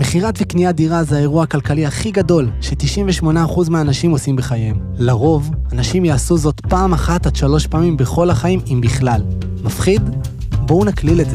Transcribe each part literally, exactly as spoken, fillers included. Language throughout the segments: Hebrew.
מחירת וקניית דירה זה האירוע הכלכלי הכי גדול ש-תשעים ושמונה אחוז מהאנשים עושים בחייהם. לרוב, אנשים יעשו זאת פעם אחת עד שלוש פעמים בכל החיים, אם בכלל. מפחיד? בואו נקליל את זה.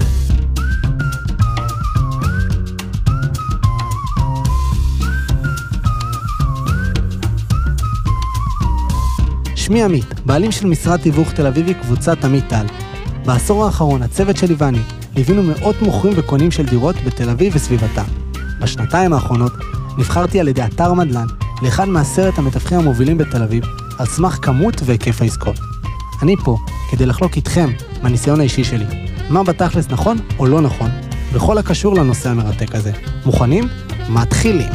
שמי עמית, בעלים של משרד תיווך תל אביבי קבוצת עמית טל. בעשור האחרון, הצוות שלי ואני ליווינו מאות מוכרים וקונים של דירות בתל אביב וסביבתה. בשנתיים האחרונות נבחרתי על ידי אתר מדלן לאחד מעשרת המתווכים המובילים בתל אביב, על סמך כמות והיקף העסקות. אני פה כדי לחלוק איתכם מהניסיון האישי שלי, מה בתכלס נכון או לא נכון, בכל הקשור לנושא המרתק הזה. מוכנים? מתחילים!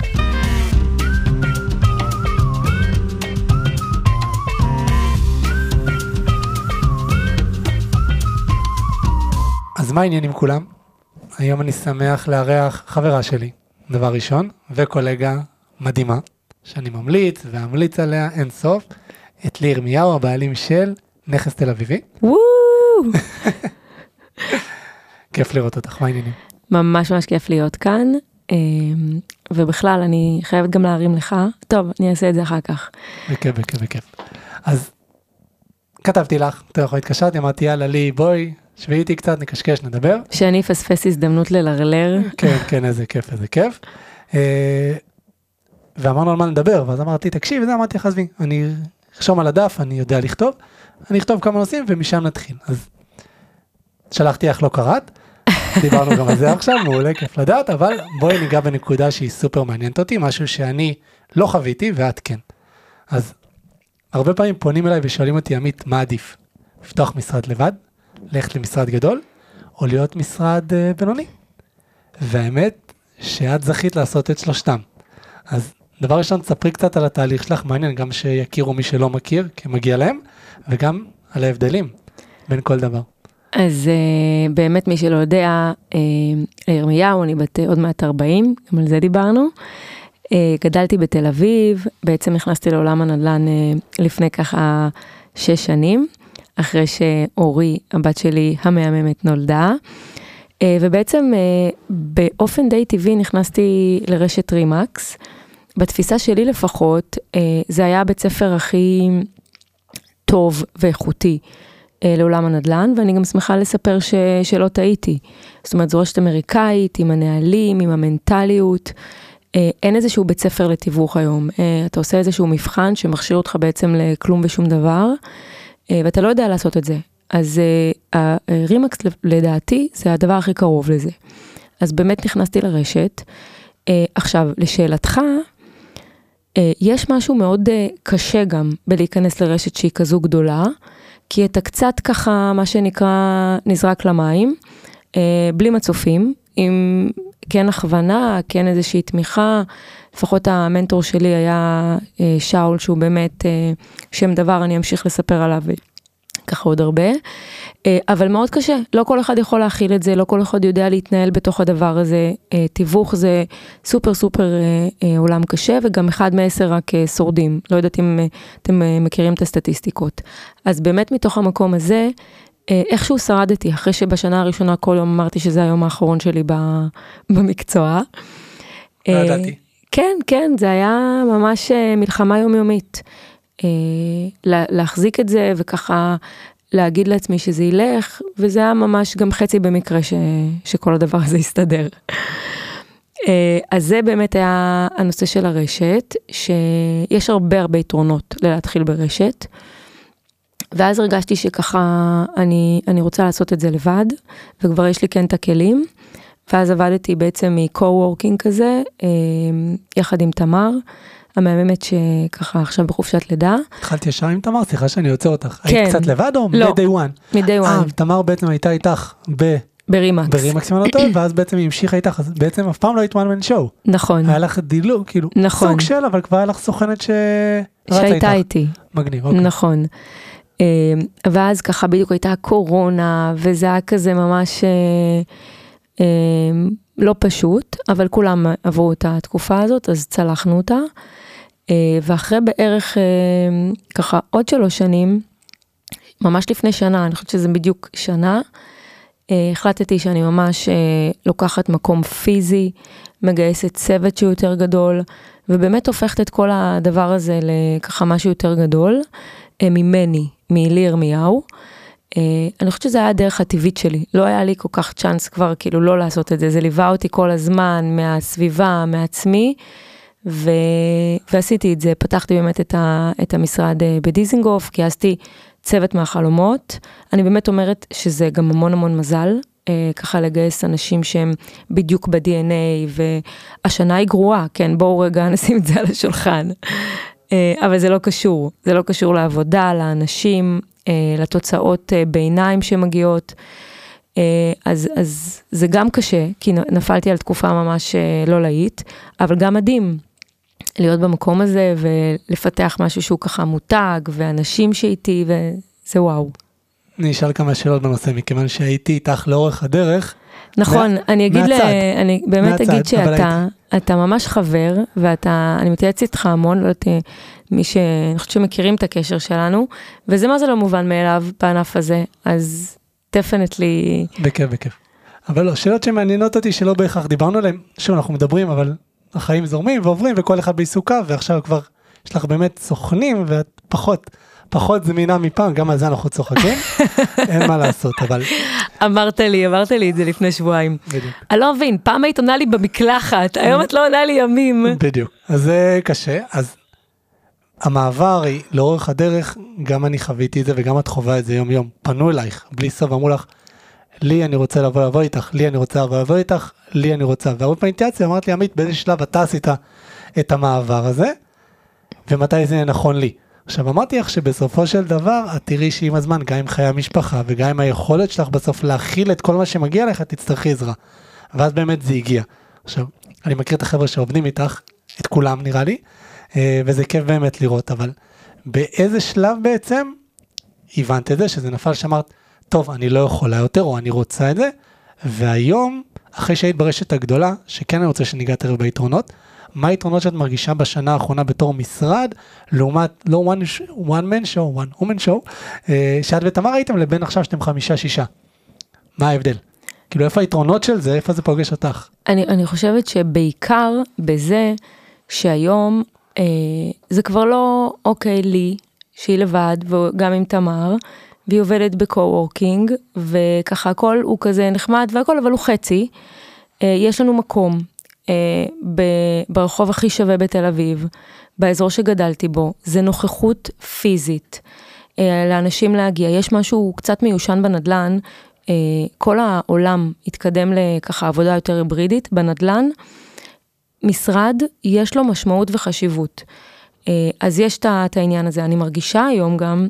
אז מה העניין עם כולם? היום אני שמח לארח חברה שלי, דבר ראשון, וקולגה מדהימה, שאני ממליץ ואמליץ עליה אין סוף, את לי ירמיהו, הבעלים של נכס תל אביבי. וואו! כיף לראות אותך, מה העניינים? ממש ממש כיף להיות כאן, ובכלל אני חייבת גם להרים לך, טוב, אני אעשה את זה אחר כך. בכיף, בכיף, בכיף. אז כתבתי לך, אתה יכול להתקשרתי, אמרתי יאללה לי, בואי, שבי איתי קצת, נקשקש, נדבר. שאני אפספס הזדמנות ללרלר. כן, כן, איזה כיף, איזה כיף. ואמרנו על מה נדבר, ואז אמרתי, תקשיב, וזה אמרתי לך, עזבי, אני אחשום על הדף, אני יודע לכתוב, אני אכתוב כמה נושאים, ומשם נתחיל. אז שלחתי איך לא קראת, דיברנו גם על זה עכשיו, מעולה, כיף לדעת, אבל בואי ניגע בנקודה שהיא סופר מעניינת אותי, משהו שאני לא חוויתי, ואת כן. אז הרבה פעמים פונים אליי ושואלים אותי, עמית, מה עדיף? לפתוח משרד לבד? ללכת למשרד גדול, או להיות משרד uh, בינוני. והאמת, שאת זכית לעשות את שלושתם. אז דבר ראשון, תספרי קצת על התהליך שלך, מעניין גם שיכירו מי שלא מכיר, כי מגיע להם, וגם על ההבדלים בין כל דבר. אז uh, באמת מי שלא יודע, uh, ירמיהו, אני בת עוד מעט ארבעים, גם על זה דיברנו. Uh, גדלתי בתל אביב, בעצם נכנסתי לעולם הנדל"ן uh, לפני ככה שש שנים, אחרי שאורי, הבת שלי המהממת, נולדה, ובעצם באופן די טבעי נכנסתי לרשת רימקס. בתפיסה שלי לפחות, זה היה בית ספר הכי טוב ואיכותי לעולם הנדל"ן, ואני גם שמחה לספר ש... שלא טעיתי. זאת אומרת, זו רשת אמריקאית, עם הנהלים, עם המנטליות, אין איזשהו בית ספר לתיווך היום. אתה עושה איזשהו מבחן שמכשיר אותך בעצם לכלום ושום דבר, ואתה לא יודע לעשות את זה. אז הרימקס לדעתי זה הדבר הכי קרוב לזה. אז באמת נכנסתי לרשת. עכשיו, לשאלתך, יש משהו מאוד קשה גם בלהיכנס לרשת שהיא כזו גדולה, כי אתה קצת ככה, מה שנקרא, נזרק למים, בלי מצופים, עם כן הכוונה, כן איזושהי תמיכה, לפחות המנטור שלי היה שאול, שהוא באמת שם דבר, אני אמשיך לספר עליו ככה עוד הרבה, אבל מאוד קשה, לא כל אחד יכול להכיל את זה, לא כל אחד יודע להתנהל בתוך הדבר הזה, תיווך זה סופר סופר עולם קשה, וגם אחד מעשר רק שורדים, לא יודעת אם אתם מכירים את הסטטיסטיקות. אז באמת מתוך המקום הזה, איכשהו שרדתי, אחרי שבשנה הראשונה כל יום אמרתי שזה היום האחרון שלי במקצוע. לא ידעתי. כן, כן, זה היה ממש מלחמה יומיומית. להחזיק את זה וככה להגיד לעצמי שזה ילך, וזה היה ממש גם חצי במקרה ש, שכל הדבר הזה יסתדר. אז זה באמת היה הנושא של הרשת, שיש הרבה הרבה יתרונות ללהתחיל ברשת, ואז הרגשתי שככה אני, אני רוצה לעשות את זה לבד, וכבר יש לי כן את הכלים, ואז עבדתי בעצם מ-co-working כזה, יחד עם תמר, המהממת שככה עכשיו בחופשת לידה. התחלתי ישר עם תמר, סליחה שאני יוצא אותך. כן. היית קצת לבד או לא. מ-day one? מ-day one. אה, תמר בעצם הייתה איתך ב... ברימקס. ברימקס מנותו, ואז בעצם היא המשיכה איתך, אז בעצם אף פעם לא היית one man show. נכון. היה לך דילו, כאילו, נכון. סוג של, אבל כבר היה לך סוכנת ש... שהייתה איתי. מגניב, אוקיי. נכון. ואז ככה בדיוק הייתה הקורונה, וזה היה כזה ממש לא פשוט, אבל כולם עברו את התקופה הזאת, אז צלחנו אותה. ואחרי בערך ככה עוד שלוש שנים, ממש לפני שנה, אני חושבת שזה בדיוק שנה, החלטתי שאני ממש לוקחת מקום פיזי, מגייסת צוות שהוא יותר גדול, ובאמת הופכת את כל הדבר הזה לככה משהו יותר גדול, ממני, מילי ירמיהו. אני חושבת שזה היה הדרך הטבעית שלי, לא היה לי כל כך צ'אנס כבר כאילו לא לעשות את זה, זה ליווה אותי כל הזמן, מהסביבה, מעצמי, ו... ועשיתי את זה, פתחתי באמת את, ה... את המשרד בדיזינגוף, גייסתי צוות מהחלומות, אני באמת אומרת שזה גם המון המון מזל, ככה לגייס אנשים שהם בדיוק ב-די אן איי, והשנה היא גרועה, כן, בואו רגע נשים את זה על השולחן, אבל זה לא קשור, זה לא קשור לעבודה, לאנשים, לתוצאות ביניים שמגיעות, אז, אז זה גם קשה, כי נפלתי על תקופה ממש לא להיט, אבל גם מדהים להיות במקום הזה ולפתח משהו שהוא ככה מותג, ואנשים שאיתי, וזה וואו. אני אשאל כמה שאלות בנושא, מכיוון שהייתי איתך לאורך הדרך. נכון, מה, אני אגיד, מהצד, ל, אני באמת מהצד, אגיד שאתה אתה ממש חבר, ואתה, אני מתייעץ איתך המון, לא יודעת, מי ש... אני חושבת שמכירים את הקשר שלנו, וזה מה זה לא מובן מאליו בענף הזה, אז דפנטלי... בכיף, בכיף. אבל לא, שאלות שמעניינות אותי שלא בהכרח דיברנו עליהן, שוב אנחנו מדברים, אבל החיים זורמים ועוברים, וכל אחד בעיסוקה, ועכשיו כבר יש לך באמת סוכנים, ואת פחות... פחות זמינה מפעם, גם על זה אנחנו צוחקים, אין מה לעשות, אבל... אמרת לי, אמרת לי את זה לפני שבועיים. בדיוק. אני לא מבין, פעם היית עונה לי במקלחת, היום את לא עונה לי ימים. בדיוק, אז זה קשה, אז המעבר היא לאורך הדרך, גם אני חוויתי את זה, וגם את חווה את זה יום יום, פנו אלייך, בלי סוף, אמרו לך, לי אני רוצה לבוא לבוא איתך, לי אני רוצה לבוא לבוא איתך, לי אני רוצה, והרבה פעמים אמרת לי, עמית, באיזה שלב אתה עשית את המעבר הזה, ומתי זה נכון לי. עכשיו אמרתי לך שבסופו של דבר, את תראי שעם הזמן, גם עם חיי המשפחה, וגם עם היכולת שלך בסוף להכיל את כל מה שמגיע לך, את תצטרכי עזרה. ואז באמת זה הגיע. עכשיו, אני מכיר את החבר'ה שעובדים איתך, את כולם נראה לי, וזה כיף באמת לראות, אבל באיזה שלב בעצם הבנת את זה, שזה נפל שאמרת, טוב, אני לא יכולה יותר, או אני רוצה את זה, והיום, אחרי שהיית ברשת הגדולה, שכן אני רוצה שניגע תראה ביתרונות, מה היתרונות שאת מרגישה בשנה האחרונה בתור משרד, לעומת לא one, one man show, one woman show, שאת ותמר הייתם לבין עכשיו שאתם חמישה, שישה. מה ההבדל? כאילו איפה היתרונות של זה, איפה זה פוגש אותך? אני, אני חושבת שבעיקר בזה שהיום אה, זה כבר לא אוקיי לי, שהיא לבד, וגם עם תמר, והיא עובדת בקו-וורקינג, וככה הכל הוא כזה נחמד והכל, אבל הוא חצי. אה, יש לנו מקום. ברחוב הכי שווה בתל אביב, באזור שגדלתי בו, זה נוכחות פיזית, לאנשים להגיע, יש משהו קצת מיושן בנדלן, כל העולם התקדם לככה עבודה יותר היברידית, בנדלן, משרד יש לו משמעות וחשיבות, אז יש את העניין הזה, אני מרגישה היום גם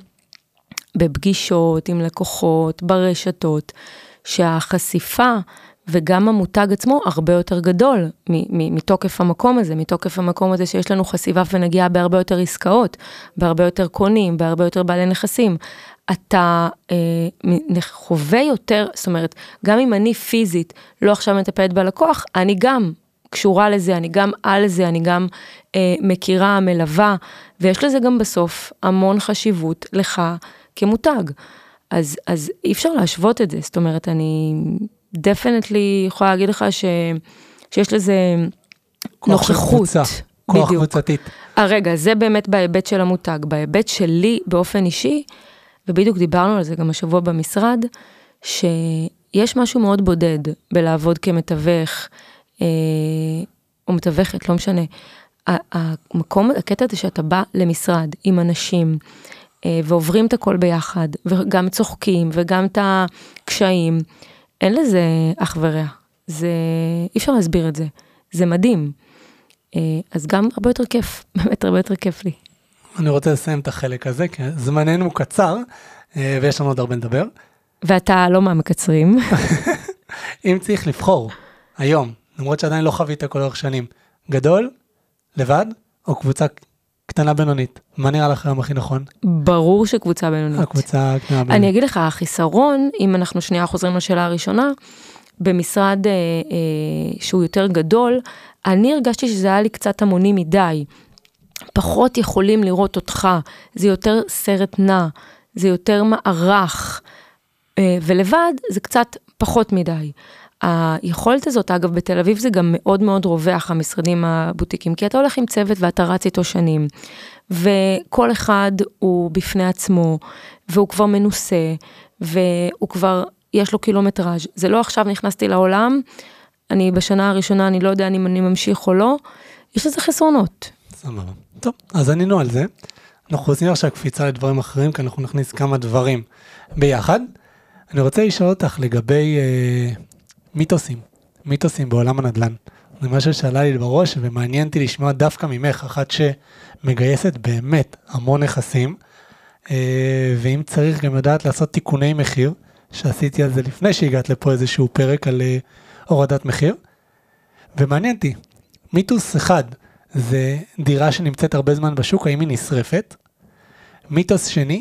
בפגישות עם לקוחות, ברשתות, שהחשיפה, וגם המותג עצמו הרבה יותר גדול מתוקף המקום הזה, מתוקף המקום הזה שיש לנו חשיפה ונגיעה בהרבה יותר עסקאות, בהרבה יותר קונים, בהרבה יותר בעלי נכסים. אתה אה, חווה יותר, זאת אומרת, גם אם אני פיזית לא עכשיו מטפלת בלקוח, אני גם קשורה לזה, אני גם על זה, אני גם אה, מכירה, מלווה, ויש לזה גם בסוף המון חשיבות לך כמותג. אז, אז אי אפשר להשוות את זה, זאת אומרת, אני... דפנטלי יכולה להגיד לך ש... שיש לזה נוכחות. כוח קבוצתית. הרגע, זה באמת בהיבט של המותג, בהיבט שלי באופן אישי, ובדיוק דיברנו על זה גם השבוע במשרד, שיש משהו מאוד בודד בלעבוד כמתווך, אה, או מתווכת, לא משנה. המקום, הקטע הזה שאתה בא למשרד עם אנשים, אה, ועוברים את הכל ביחד, וגם צוחקים, וגם את הקשיים, אין לזה אח ורע, זה, אי אפשר להסביר את זה, זה מדהים, אז גם הרבה יותר כיף, באמת הרבה יותר כיף לי. אני רוצה לסיים את החלק הזה, כי זמננו קצר, ויש לנו עוד הרבה לדבר. ואתה לא מה מקצרים. אם צריך לבחור, היום, למרות שעדיין לא חווית כל אורך שנים, גדול, לבד, או קבוצה קטנה בינונית, מה נראה לך היום הכי נכון? ברור שקבוצה בינונית. הקבוצה קטנה בינונית. אני אגיד לך, החיסרון, אם אנחנו שנייה חוזרים לשאלה הראשונה, במשרד אה, אה, שהוא יותר גדול, אני הרגשתי שזה היה לי קצת המוני מדי, פחות יכולים לראות אותך, זה יותר סרט נע, זה יותר מערך, אה, ולבד זה קצת פחות מדי. היכולת הזאת, אגב, בתל אביב זה גם מאוד מאוד רווח, המשרדים הבוטיקים, כי אתה הולך עם צוות ואתה רץ איתו שנים, וכל אחד הוא בפני עצמו, והוא כבר מנוסה, והוא כבר, יש לו קילומטראז'. זה לא עכשיו נכנסתי לעולם, אני בשנה הראשונה, אני לא יודע אם אני ממשיך או לא, יש לזה חסרונות. סבבה. טוב, אז ענינו על זה. אנחנו עושים עכשיו קפיצה לדברים אחרים, כי אנחנו נכניס כמה דברים ביחד. אני רוצה לשאול אותך לגבי אה, מיתוסים, מיתוסים בעולם הנדל"ן. זה משהו שעלה לי בראש, ומעניינתי לשמוע דווקא ממך, אחת שמגייסת באמת המון נכסים, אה, ואם צריך גם יודעת לעשות תיקוני מחיר, שעשיתי על זה לפני שהגעת לפה איזשהו פרק על אה, הורדת מחיר, ומעניינתי, מיתוס אחד, זה דירה שנמצאת הרבה זמן בשוק, האם היא נשרפת. מיתוס שני,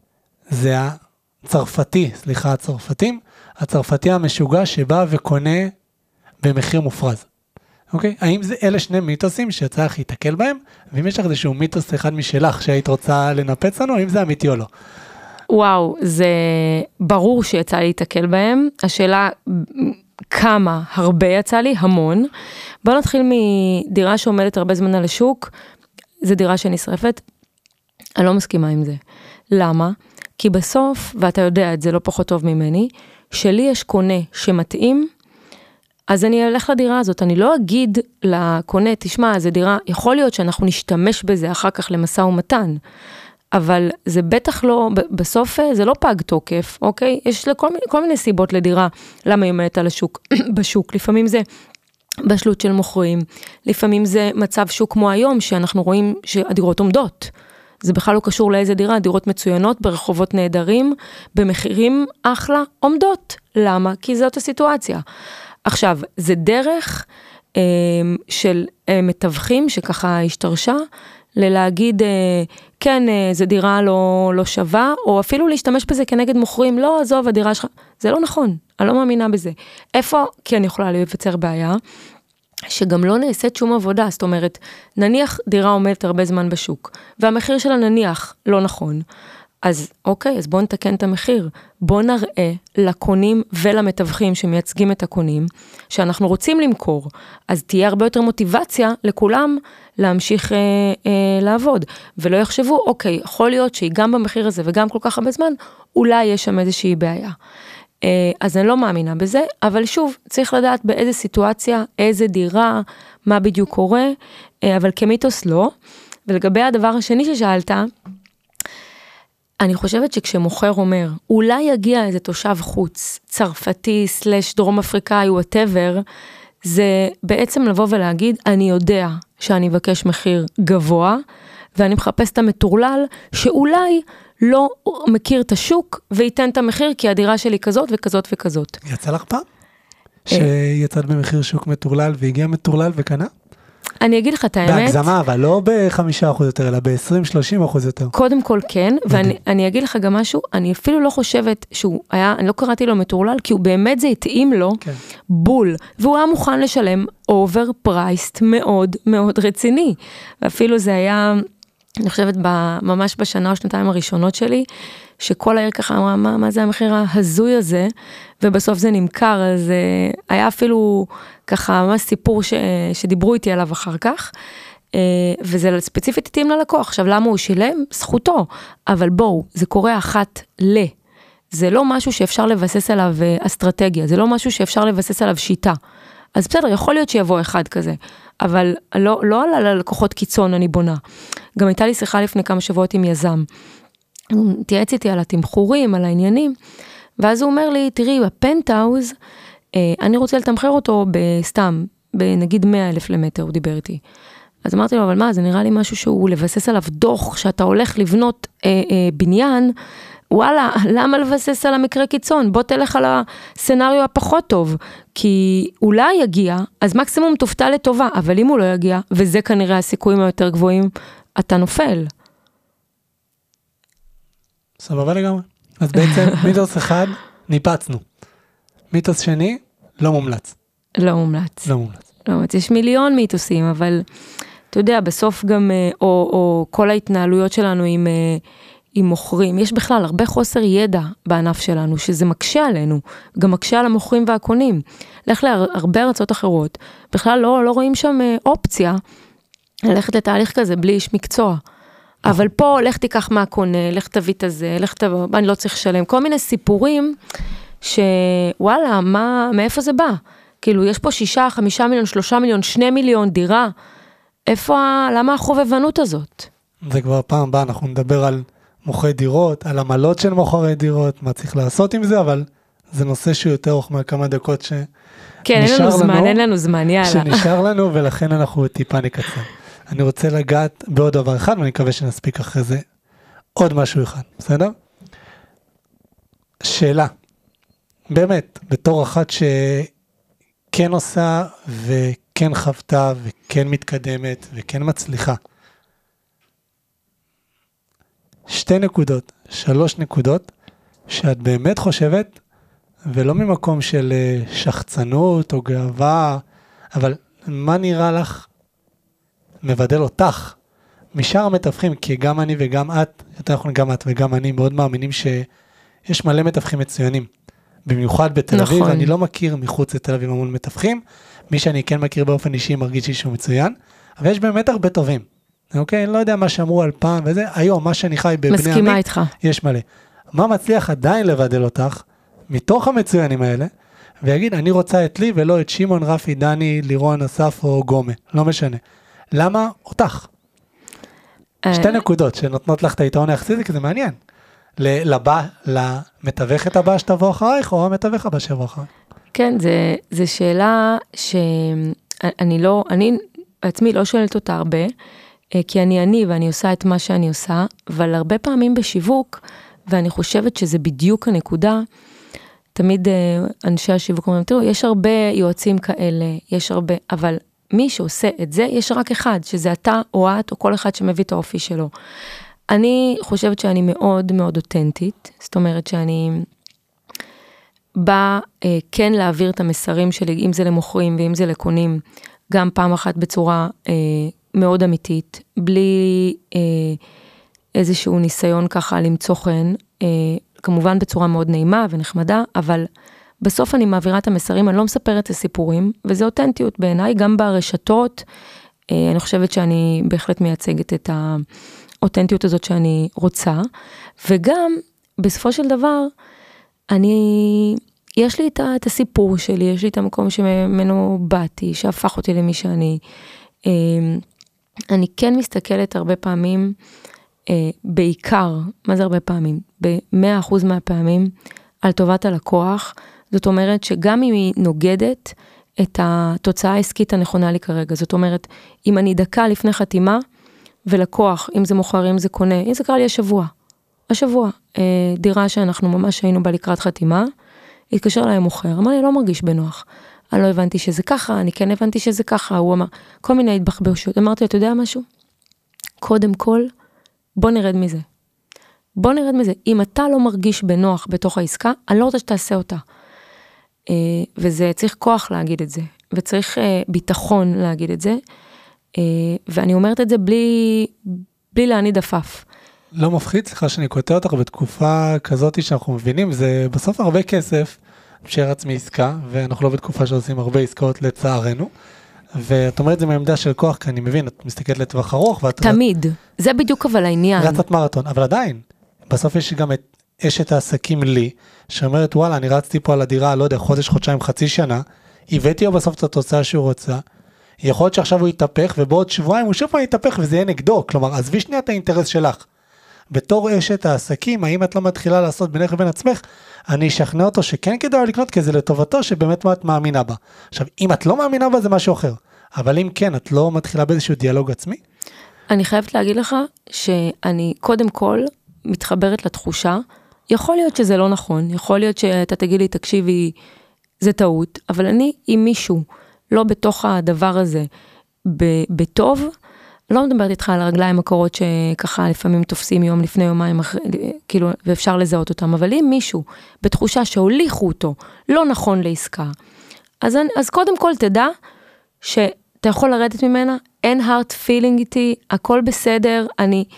זה הצרפתי, סליחה, הצרפתים, הצרפתי המשוגע שבא וקונה במחיר מופרז. אוקיי? האם זה אלה שני מיתוסים שצריך להתקל בהם? ואם יש לך איזשהו מיתוס אחד משלך שהיית רוצה לנפץ לנו, האם זה אמיתי או לא? וואו, זה ברור שיצא להתקל בהם. השאלה כמה, הרבה יצא לי, המון. בוא נתחיל מדירה שעומדת הרבה זמן על השוק, זו דירה שנשרפת, אני לא מסכימה עם זה. למה? כי בסוף, ואתה יודע את זה לא פחות טוב ממני, שלי יש קונה שמתאים, אז אני אלך לדירה הזאת, אני לא אגיד לקונה, תשמע, זו דירה, יכול להיות שאנחנו נשתמש בזה אחר כך למשא ומתן, אבל זה בטח לא, בסוף זה לא פג תוקף, אוקיי? יש לכל מיני, כל מיני סיבות לדירה, למה היא עומדת על השוק, בשוק, לפעמים זה בשלות של מוכרים, לפעמים זה מצב שוק כמו היום, שאנחנו רואים שהדירות עומדות, זה בכלל לא קשור לאיזה דירה, דירות מצוינות, ברחובות נהדרים, במחירים אחלה, עומדות. למה? כי זאת הסיטואציה. עכשיו, זה דרך אה, של אה, מתווכים שככה השתרשה, ללהגיד, אה, כן, אה, זו דירה לא, לא שווה, או אפילו להשתמש בזה כנגד מוכרים, לא, עזוב, הדירה שלך, זה לא נכון, אני לא מאמינה בזה. איפה? כי אני יכולה לבצר בעיה, שגם לא נעשית שום עבודה, זאת אומרת, נניח דירה עומדת הרבה זמן בשוק, והמחיר שלה נניח לא נכון, אז אוקיי, אז בואו נתקן את המחיר, בואו נראה לקונים ולמתווכים שמייצגים את הקונים, שאנחנו רוצים למכור, אז תהיה הרבה יותר מוטיבציה לכולם להמשיך אה, אה, לעבוד, ולא יחשבו, אוקיי, יכול להיות שהיא גם במחיר הזה וגם כל כך הרבה זמן, אולי יש שם איזושהי בעיה. אז אני לא מאמינה בזה, אבל שוב, צריך לדעת באיזה סיטואציה, איזה דירה, מה בדיוק קורה, אבל כמיתוס לא. ולגבי הדבר השני ששאלת, אני חושבת שכשמוכר אומר, אולי יגיע איזה תושב חוץ, צרפתי, סלש דרום אפריקאי, whatever, זה בעצם לבוא ולהגיד, אני יודע שאני אבקש מחיר גבוה, ואני מחפש את המטורלל, שאולי לא מכיר את השוק, וייתן את המחיר, כי הדירה שלי כזאת וכזאת וכזאת. יצא לך פעם? שיצאת במחיר שוק מטורלל, והגיע מטורלל וקנה? אני אגיד לך את האמת. בהגזמה, אבל לא ב-חמישה אחוז יותר, אלא ב-עשרים שלושים אחוז יותר. קודם כל כן, ואני אגיד לך גם משהו, אני אפילו לא חושבת שהוא היה, אני לא קראתי לו מטורלל, כי הוא באמת זה התאים לו בול, והוא היה מוכן לשלם אובר פרייסט מאוד מאוד רציני. ואפילו זה היה, אני חושבת, ממש בשנה או שנתיים הראשונות שלי, שכל העיר ככה אמרה, מה, מה זה המחיר ההזוי הזה, ובסוף זה נמכר, אז uh, היה אפילו ככה ממש סיפור ש, שדיברו איתי עליו אחר כך, uh, וזה ספציפית התאים ללקוח. עכשיו, למה הוא שילם? זכותו, אבל בואו, זה קורה אחת ל. זה לא משהו שאפשר לבסס עליו אסטרטגיה, זה לא משהו שאפשר לבסס עליו שיטה. אז בסדר, יכול להיות שיבוא אחד כזה, אבל לא, לא על הלקוחות קיצון אני בונה. גם הייתה לי שיחה לפני כמה שבועות עם יזם, הוא תייעץ איתי על התמחורים, על העניינים, ואז הוא אומר לי, תראי, בפנטהאוז, אני רוצה לתמחר אותו בסתם, בנגיד מאה אלף למטר, הוא דיבר איתי. אז אמרתי לו, אבל מה, זה נראה לי משהו שהוא לבסס עליו דוח, שאתה הולך לבנות אה, אה, בניין, וואלה, למה לבסס על המקרה קיצון? בוא תלך על הסצנריו הפחות טוב, כי אולי יגיע, אז מקסימום תופתע לטובה, אבל אם הוא לא יגיע, וזה כנראה הסיכויים היותר גבוהים, אתה נופל. סבבה לגמרי. אז בעצם מיתוס אחד, ניפצנו. מיתוס שני, לא מומלץ. לא מומלץ. לא מומלץ. לא מומלץ. יש מיליון מיתוסים, אבל אתה יודע, בסוף גם, או, או כל ההתנהלויות שלנו עם, עם מוכרים, יש בכלל הרבה חוסר ידע בענף שלנו, שזה מקשה עלינו, גם מקשה על המוכרים והקונים. לך להרבה ארצות אחרות, בכלל לא, לא רואים שם אופציה, ללכת לתהליך כזה בלי איש מקצוע. אבל פה, לך תיקח מהקונה, לך תביא את הזה, לך תבוא, אני לא צריך לשלם, כל מיני סיפורים, שוואלה, מה, מאיפה זה בא? כאילו, יש פה שישה, חמישה מיליון, שלושה מיליון, שני מיליון דירה, איפה, למה החובבנות הזאת? זה כבר פעם הבאה, אנחנו נדבר על מוכרי דירות, על עמלות של מוכרי דירות, מה צריך לעשות עם זה, אבל זה נושא שהוא יותר ארוך מכמה דקות ש... כן, אין לנו זמן, אין לנו זמן, יאללה. שנשאר לנו, ולכן אנחנו טיפה נקצר. אני רוצה לגעת בעוד דבר אחד, ואני מקווה שנספיק אחרי זה עוד משהו אחד, בסדר? שאלה, באמת, בתור אחת שכן עושה, וכן חוותה, וכן מתקדמת, וכן מצליחה, שתי נקודות, שלוש נקודות, שאת באמת חושבת, ולא ממקום של שחצנות או גאווה, אבל מה נראה לך מבדל אותך משאר המתווכים, כי גם אני וגם את, יותר נכון גם את וגם אני מאוד מאמינים שיש מלא מתווכים מצוינים, במיוחד בתל אביב, נכון. אני לא מכיר מחוץ לתל אביב המון מתווכים, מי שאני כן מכיר באופן אישי מרגיש שהוא מצוין, אבל יש באמת הרבה טובים, אוקיי? אני לא יודע מה שאמרו על פעם וזה, היום מה שאני חי בבני מסכימה עמי, איתך. יש מלא. מה מצליח עדיין לבדל אותך, מתוך המצוינים האלה, ויגיד, אני רוצה את לי ולא את שימון, רפי, דני, לירון, אסף או גומה, לא משנה. למה אותך? שתי נקודות שנותנות לך את היתרון היחסי, כי זה מעניין. לבא, למתווכת הבא שתבוא אחרייך, או המתווך הבא שיבוא אחרייך? כן, זו שאלה שאני לא, אני בעצמי לא שואלת אותה הרבה, כי אני אני ואני עושה את מה שאני עושה, אבל הרבה פעמים בשיווק, ואני חושבת שזה בדיוק הנקודה, תמיד אנשי השיווק אומרים, תראו, יש הרבה יועצים כאלה, יש הרבה, אבל מי שעושה את זה, יש רק אחד, שזה אתה או את, או כל אחד שמביא את האופי שלו. אני חושבת שאני מאוד מאוד אותנטית, זאת אומרת שאני באה אה, כן להעביר את המסרים שלי, אם זה למוכרים ואם זה לקונים, גם פעם אחת בצורה אה, מאוד אמיתית, בלי אה, איזשהו ניסיון ככה למצוא חן, אה, כמובן בצורה מאוד נעימה ונחמדה, אבל בסוף אני מעבירה את המסרים, אני לא מספרת את הסיפורים, וזה אותנטיות בעיניי, גם ברשתות, אה, אני חושבת שאני בהחלט מייצגת את האותנטיות הזאת שאני רוצה, וגם בסופו של דבר, אני, יש לי את, את הסיפור שלי, יש לי את המקום שממנו באתי, שהפך אותי למי שאני, אה, אני כן מסתכלת הרבה פעמים, אה, בעיקר, מה זה הרבה פעמים? ב-מאה אחוז מהפעמים, על טובת הלקוח, זאת אומרת שגם אם היא נוגדת את התוצאה העסקית הנכונה לי כרגע, זאת אומרת, אם אני דקה לפני חתימה, ולקוח, אם זה מוכר, אם זה קונה, אם זה קרה לי השבוע, השבוע, אה, דירה שאנחנו ממש היינו בה לקראת חתימה, התקשר אליי מוכר, אמר לי, לא מרגיש בנוח, אני לא הבנתי שזה ככה, אני כן הבנתי שזה ככה, הוא אמר, כל מיני התבחבשות, אמרתי, אתה יודע משהו? קודם כל, בוא נרד מזה. בוא נרד מזה. אם אתה לא מרגיש בנוח בתוך העסקה, אני לא רוצה שתעשה אותה. וזה צריך כוח להגיד את זה, וצריך ביטחון להגיד את זה, ואני אומרת את זה בלי, בלי להניד עפף. לא מפחיד, סליחה שאני קוטע אותך, בתקופה כזאת שאנחנו מבינים, זה בסוף הרבה כסף, משאר עצמי עסקה, ואנחנו לא בתקופה שעושים הרבה עסקאות לצערנו, ואת אומרת זה מהעמדה של כוח, כי אני מבין, את מסתכלת לטווח ארוך, ואת... תמיד, זה בדיוק אבל העניין. רצת מרתון, אבל עדיין, בסוף יש גם את אשת העסקים לי, שאומרת, וואלה, אני רצתי פה על הדירה, לא יודע, חודש, חודשיים, חצי שנה, הבאתי לו בסוף את התוצאה שהוא רוצה, יכול להיות שעכשיו הוא יתהפך, ובעוד שבועיים הוא שוב פעם יתהפך, וזה יהיה נגדו, כלומר, עזבי שנייה את האינטרס שלך. בתור אשת העסקים, האם את לא מתחילה לעשות בינך ובין עצמך, אני אשכנע אותו שכן כדאי לקנות, כי זה לטובתו שבאמת מה את מאמינה בה. עכשיו, אם את לא מאמינה בה, זה משהו אחר. אבל אם כן, את לא מתחילה באיזשהו דיאלוג עצמי? אני חייבת להגיד לך, שאני קודם כל מתחברת לתחושה, יכול להיות שזה לא נכון, יכול להיות שאתה תגיד לי, תקשיבי, זה טעות, אבל אני, אם מישהו לא בתוך הדבר הזה, בטוב, לא מדברת איתך על הרגליים הקורות שככה לפעמים תופסים יום לפני יומיים, כאילו, ואפשר לזהות אותם, אבל אם מישהו בתחושה שהוליכו אותו לא נכון לעסקה, אז, אז קודם כל תדע שאתה יכול לרדת ממנה, אין hard feeling איתי, הכל בסדר, אני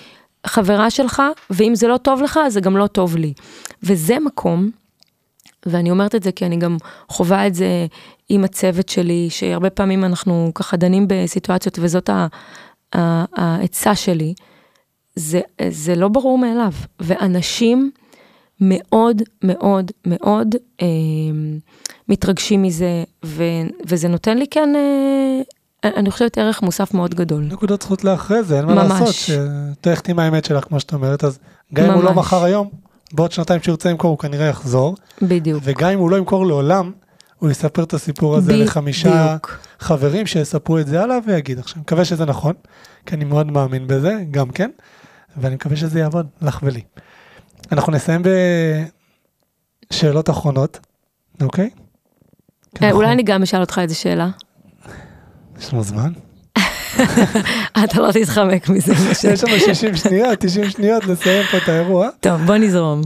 חברה שלך, ואם זה לא טוב לך, אז זה גם לא טוב לי. וזה מקום, ואני אומרת את זה כי אני גם חווה את זה עם הצוות שלי, שהרבה פעמים אנחנו ככה דנים בסיטואציות, וזאת העצה שלי, זה, זה לא ברור מאליו. ואנשים מאוד מאוד מאוד אה, מתרגשים מזה, ו, וזה נותן לי כן, אה, אני חושבת ערך מוסף מאוד גדול. נקודות זכות לאחרי זה, אין מה ממש. לעשות, שתלכתי עם האמת שלך כמו שאת אומרת, אז גם אם הוא לא מחר היום, בעוד שנתיים שירצה למכור, הוא כנראה יחזור. בדיוק. וגם אם הוא לא ימכור לעולם, הוא יספר את הסיפור הזה בדיוק. לחמישה חברים שיספרו את זה עליו ויגיד. עכשיו, אני מקווה שזה נכון, כי אני מאוד מאמין בזה, גם כן, ואני מקווה שזה יעבוד לך ולי. אנחנו נסיים בשאלות אחרונות, אוקיי? אולי אני גם אשאל אותך איזה שאלה. יש לנו זמן? אתה לא תתחמק מזה. יש לנו שישים שניות, תשעים שניות לסיים פה את האירוע. טוב, בוא נזרום.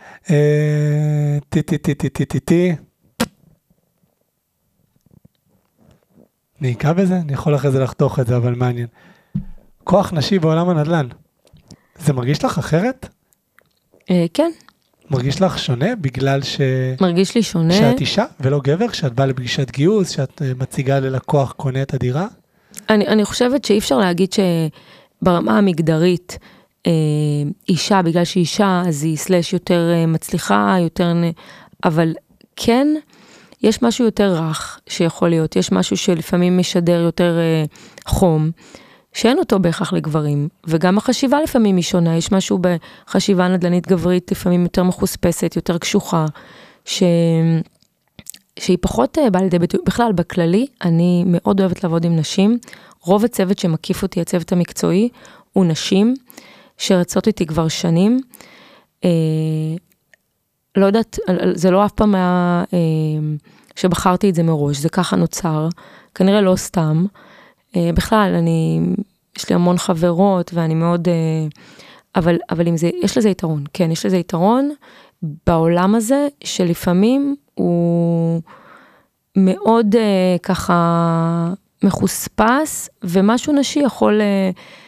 טי טי טי טי טי טי טי. אני אקע בזה? אני יכול אחרי זה לחתוך את זה, אבל מעניין. כוח נשי בעולם הנדל"ן. זה מרגיש לך אחרת? כן. מרגיש לך שונה בגלל ש... מרגיש לי שונה. שאת אישה ולא גבר, שאת באה לפגישת גיוס, שאת מציגה ללקוח קונה את הדירה? אני, אני חושבת שאי אפשר להגיד שברמה המגדרית, אה, אישה, בגלל שהיא אישה, אז היא סלש יותר אה, מצליחה, יותר... אבל כן, יש משהו יותר רך שיכול להיות, יש משהו שלפעמים משדר יותר אה, חום, שאין אותו בהכרח לגברים, וגם החשיבה לפעמים היא שונה, יש משהו בחשיבה נדל"נית גברית, לפעמים יותר מחוספסת, יותר קשוחה, ש... שהיא פחות באה לידי ביטוי, בכלל בכללי, אני מאוד אוהבת לעבוד עם נשים, רוב הצוות שמקיף אותי, הצוות המקצועי, הוא נשים, שרצות איתי כבר שנים, אה, לא יודעת, זה לא אף פעם היה, אה, שבחרתי את זה מראש, זה ככה נוצר, כנראה לא סתם, אה, בכלל, אני, יש לי המון חברות, ואני מאוד, אה, אבל, אבל אם זה, יש לזה יתרון, כן, יש לזה יתרון, בעולם הזה, שלפעמים הוא מאוד אה, ככה מחוספס, ומשהו נשי יכול אה,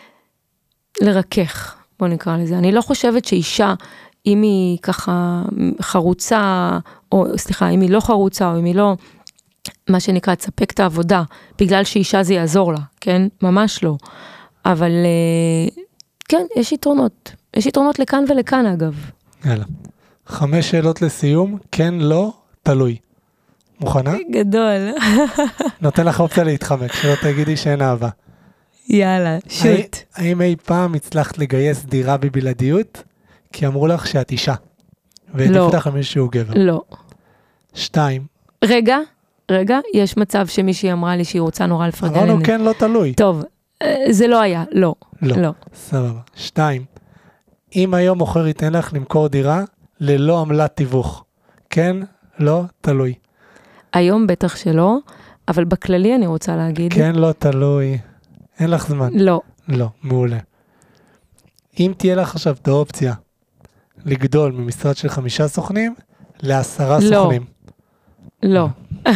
לרכך, בוא נקרא לזה. אני לא חושבת שאישה, אם היא ככה חרוצה, או סליחה, אם היא לא חרוצה, או אם היא לא, מה שנקרא, תספק את העבודה, בגלל שאישה זה יעזור לה, כן? ממש לא. אבל אה, כן, יש יתרונות. יש יתרונות לכאן ולכאן, אגב. יאללה. חמש שאלות לסיום, כן, לא, תלוי. מוכנה? גדול. נותן לך אופציה להתחמק, שלא תגידי שאין אהבה. יאללה, שוט. האם אי פעם הצלחת לגייס דירה בבלעדיות? כי אמרו לך שאת אישה. והעדיפו אותך למישהו גבר. לא. שתיים. רגע, רגע, יש מצב שמישהי אמרה לי שהיא רוצה נורא לפרגן. אמרנו כן, לא תלוי. טוב, זה לא היה, לא. לא. סבבה. שתיים. אם היום מוכר ייתן לך למכור דירה, ללא עמלת תיווך. כן, לא, תלוי. היום בטח שלא, אבל בכללי אני רוצה להגיד. כן, לא, תלוי. אין לך זמן. לא. לא, מעולה. אם תהיה לך עכשיו את האופציה לגדול ממשרד של חמישה סוכנים, לעשרה לא. סוכנים. לא.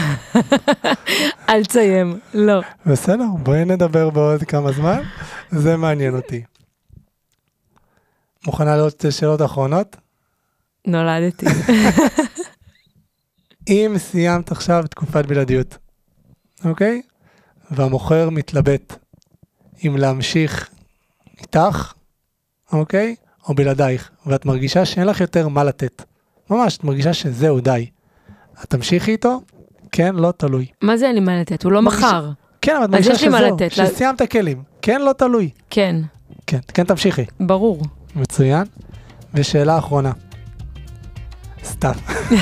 אל תסיים, לא. בסדר, בואי נדבר בעוד כמה זמן, זה מעניין אותי. מוכנה לעוד שאלות אחרונות? נולדתי. אם סיימת עכשיו תקופת בלעדיות, אוקיי? והמוכר מתלבט אם להמשיך איתך, אוקיי? או בלעדייך, ואת מרגישה שאין לך יותר מה לתת. ממש, את מרגישה שזהו, די. את תמשיכי איתו? כן, לא, תלוי. מה זה אין לי מה לתת? הוא לא מחר. כן, אבל את מרגישה שזהו, שסיימת כלים. כן, לא, תלוי. כן. כן, כן, תמשיכי. ברור. מצוין. ושאלה אחרונה. סתם.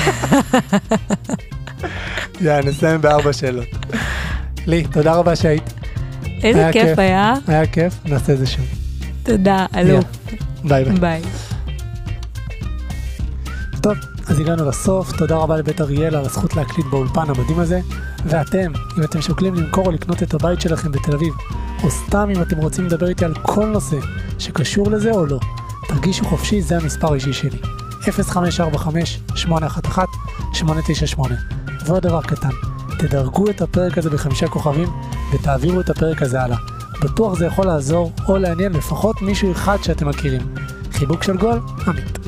יאללה, נסיים בארבע שאלות. לי, תודה רבה שהיית. איזה כיף היה. היה כיף, נעשה את זה שוב. תודה, אלוף. ביי ביי. ביי. טוב, אז הגענו לסוף. תודה רבה לבית אריאל על הזכות להקליט באולפן המדהים הזה. ואתם, אם אתם שוקלים למכור או לקנות את הבית שלכם בתל אביב, או סתם אם אתם רוצים לדבר איתי על כל נושא שקשור לזה או לא, תרגישו חופשי, זה המספר האישי שלי. אפס חמש ארבע חמש שמונה אחת אחת שמונה תשע שמונה. ועוד דבר קטן, תדרגו את הפרק הזה בחמישה כוכבים ותעבירו את הפרק הזה הלאה. בטוח זה יכול לעזור או לעניין לפחות מישהו אחד שאתם מכירים. חיבוק של גול, עמית.